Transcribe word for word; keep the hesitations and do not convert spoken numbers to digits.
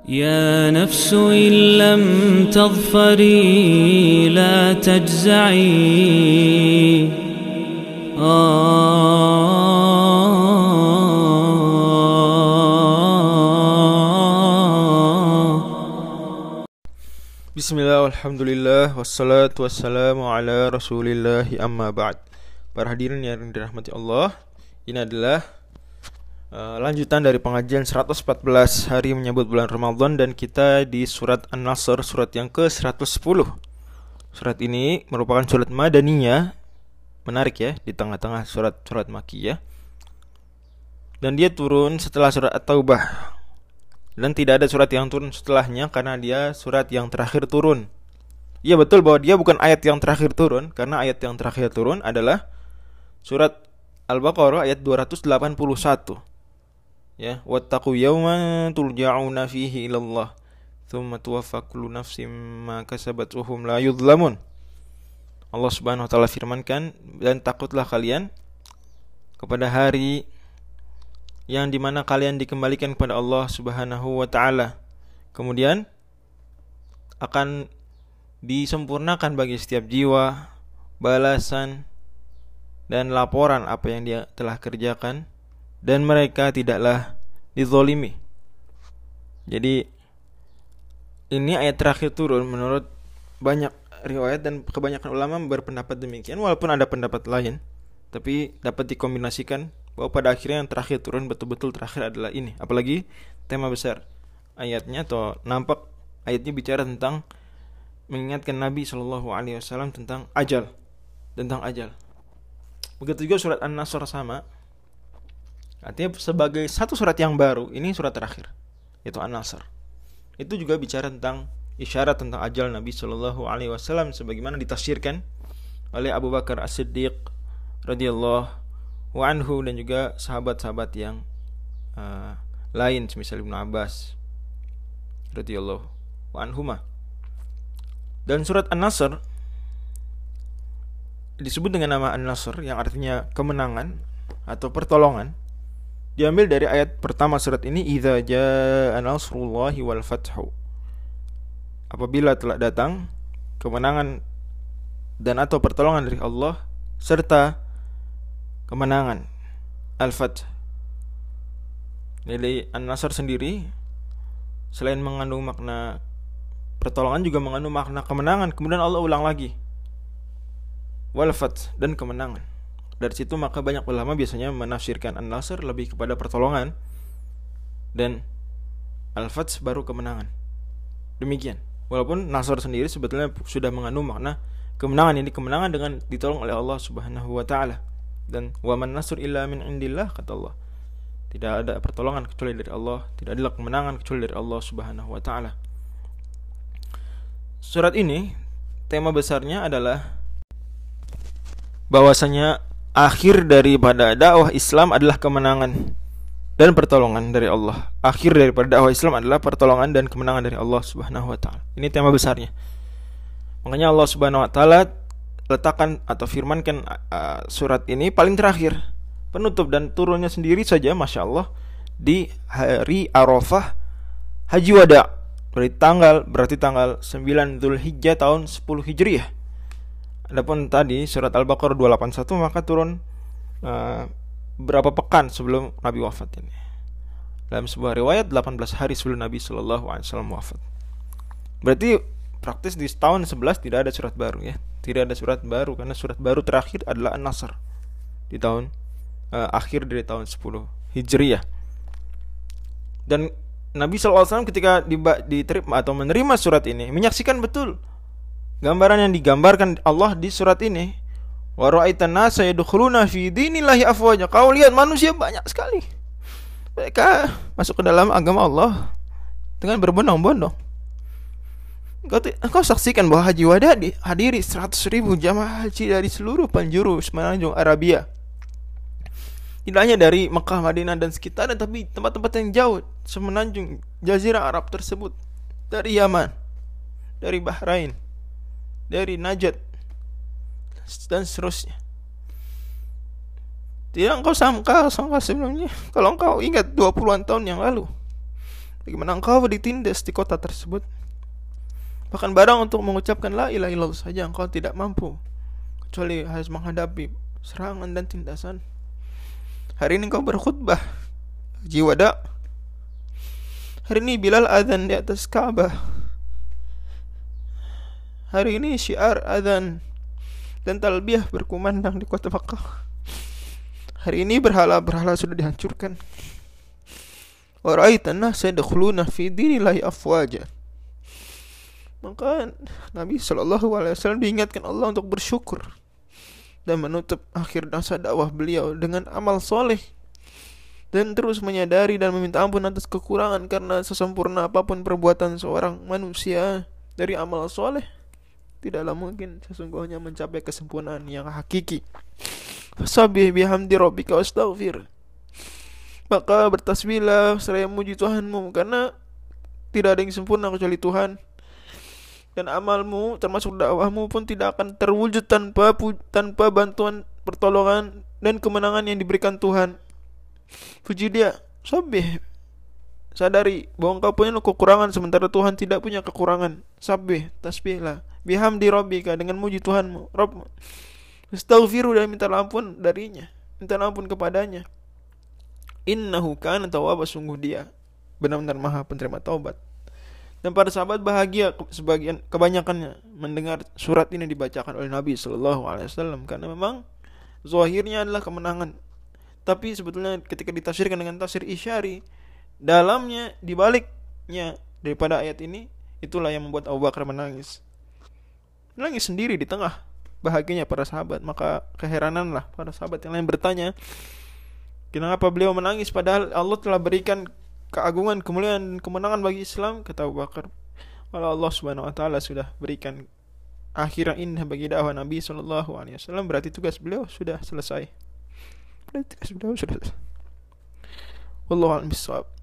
يا نفس إن لم تظفري لا تجزعي Bismillah, alhamdulillah, wassalatu wassalamu ala rasulillahi amma ba'd. Para hadirin yang dirahmati Allah, ini adalah uh, lanjutan dari pengajian seratus empat belas hari menyambut bulan Ramadan. Dan kita di surat An-Nasr, surat yang ke seratus sepuluh. Surat ini merupakan surat Madaniyah. Menarik ya, di tengah-tengah surat-surat Makkiyah. Dan dia turun setelah surat At-Taubah. Dan tidak ada surat yang turun setelahnya, karena dia surat yang terakhir turun. Iya, betul bahwa dia bukan ayat yang terakhir turun, karena ayat yang terakhir turun adalah surat Al-Baqarah ayat dua ratus delapan puluh satu. Ya, wattaqu yawman turja'una fihi ilallah tsumma tuwaffa kullu nafsin ma kasabat wa hum la yudhlamun. Allah Subhanahu wa taala firmankan, dan takutlah kalian kepada hari yang dimana kalian dikembalikan kepada Allah Subhanahu wa ta'ala. Kemudian akan disempurnakan bagi setiap jiwa balasan dan laporan apa yang dia telah kerjakan, dan mereka tidaklah dizolimi. Jadi ini ayat terakhir turun menurut banyak riwayat, dan kebanyakan ulama berpendapat demikian, walaupun ada pendapat lain, tapi dapat dikombinasikan bahwa pada akhirnya yang terakhir turun betul-betul terakhir adalah ini. Apalagi tema besar ayatnya, atau nampak ayatnya bicara tentang mengingatkan Nabi shallallahu alaihi wasallam tentang ajal, tentang ajal. Begitu juga surat An-Nasr sama. Artinya sebagai satu surat yang baru, ini surat terakhir, yaitu An-Nasr. Itu juga bicara tentang isyarat tentang ajal Nabi shallallahu alaihi wasallam, sebagaimana ditafsirkan oleh Abu Bakar As-Siddiq radhiyallahu wa anhu, dan juga sahabat-sahabat yang uh, lain, semisal Ibnu Abbas radhiyallahu wa anhuma. Dan surat An-Nasr disebut dengan nama An-Nasr, yang artinya kemenangan atau pertolongan, diambil dari ayat pertama surat ini, idza jaa nasrullahi wal fathu. Apabila telah datang kemenangan dan atau pertolongan dari Allah serta kemenangan, Al-Fath. Jadi An-Nasr sendiri selain mengandung makna pertolongan, juga mengandung makna kemenangan. Kemudian Allah ulang lagi, Wal-Fath, dan kemenangan. Dari situ maka banyak ulama biasanya menafsirkan An-Nasr lebih kepada pertolongan, dan Al-Fath baru kemenangan. Demikian. Walaupun Nasr sendiri sebetulnya sudah mengandung makna kemenangan, ini kemenangan dengan ditolong oleh Allah Subhanahu wa taala. Dan wa man nasr illa min indillah, kata Allah. Tidak ada pertolongan kecuali dari Allah, tidak ada kemenangan kecuali dari Allah Subhanahu wa taala. Surat ini tema besarnya adalah bahwasanya akhir daripada dakwah Islam adalah kemenangan dan pertolongan dari Allah. Akhir daripada dakwah Islam adalah pertolongan dan kemenangan dari Allah Subhanahu wa taala. Ini tema besarnya. Makanya Allah Subhanahu wa taala letakkan atau firmankan uh, surat ini paling terakhir, penutup, dan turunnya sendiri saja Masya Allah di hari Arafah Haji Wada, berarti tanggal berarti tanggal sembilan Dzulhijjah tahun sepuluh Hijriah. Adapun tadi surat Al-Baqarah dua ratus delapan puluh satu maka turun uh, berapa pekan sebelum Nabi wafat ini. Dalam sebuah riwayat delapan belas hari sebelum Nabi sallallahu alaihi wasallam wafat. Berarti praktis di tahun sebelas tidak ada surat baru ya. Tidak ada surat baru, karena surat baru terakhir adalah An-Nasr di tahun uh, akhir dari tahun sepuluh Hijriah. Dan Nabi shallallahu alaihi wasallam ketika diterima atau menerima surat ini menyaksikan betul gambaran yang digambarkan Allah di surat ini. Wa ra'aitan nasa yadkhuluna fi dinillahi afwaja. Kau lihat manusia banyak sekali, mereka masuk ke dalam agama Allah dengan berbondong-bondong. Kau, kau saksikan bahwa Haji Wada dihadiri seratus ribu jamaah haji dari seluruh penjuru semenanjung Arabia. Tidak hanya dari Mekah, Madinah, dan sekitarnya, tapi tempat-tempat yang jauh semenanjung Jazirah Arab tersebut. Dari Yaman, dari Bahrain, dari Najd, dan seterusnya. Tidak engkau sangka, sangka sebelumnya. Kalau engkau ingat dua puluhan tahun yang lalu, Bagaimana engkau ditindas di kota tersebut? Bahkan barang untuk mengucapkan la ilaha illallah saja engkau tidak mampu, kecuali harus menghadapi serangan dan tindasan. Hari ini engkau berkhutbah haji wada. Hari ini Bilal azan di atas Ka'bah. Hari ini syiar azan dan talbiyah berkumandang di kota Makkah. Hari ini berhala-berhala sudah dihancurkan. Wa ra'aitan nasa yadkhuluna fi dinillahi afwaja. Maka Nabi shallallahu alaihi wasallam diingatkan Allah untuk bersyukur dan menutup akhir masa dakwah beliau dengan amal soleh, dan terus menyadari dan meminta ampun atas kekurangan, karena sesempurna apapun perbuatan seorang manusia dari amal soleh, tidaklah mungkin sesungguhnya mencapai kesempurnaan yang hakiki. Fasabbih bihamdi rabbika wastaghfir. Maka bertasbihlah seraya memuji Tuhanmu, karena tidak ada yang sempurna kecuali Tuhan. Dan amalmu termasuk dakwahmu pun tidak akan terwujud tanpa tanpa bantuan, pertolongan dan kemenangan yang diberikan Tuhan. Puji Dia. Sabbih. Sadari bahwa engkau punya kekurangan sementara Tuhan tidak punya kekurangan. Sabbih, tasbihlah. Bihamdi rabbika, dengan muji Tuhanmu, Rabb. Astaghfiru, dan minta ampun darinya, minta ampun kepadanya. Innahu kana tawwaba, sungguh Dia benar-benar Maha penerima taubat. Dan para sahabat bahagia sebagian kebanyakannya mendengar surat ini dibacakan oleh Nabi sallallahu alaihi wasallam, karena memang zahirnya adalah kemenangan. Tapi sebetulnya ketika ditafsirkan dengan tafsir isyari, dalamnya, dibaliknya daripada ayat ini, itulah yang membuat Abu Bakar menangis. Menangis sendiri di tengah bahagianya para sahabat. Maka keherananlah para sahabat yang lain bertanya, kenapa beliau menangis padahal Allah telah berikan keagungan, kemuliaan dan kemenangan bagi Islam? Kata Abu Bakar, kalau Allah Subhanahu wa taala sudah berikan akhir yang indah bagi dakwah Nabi sallallahu alaihi wasallam, berarti tugas beliau sudah selesai. Berarti tugas beliau sudah selesai. Wallahu a'lam bishawab.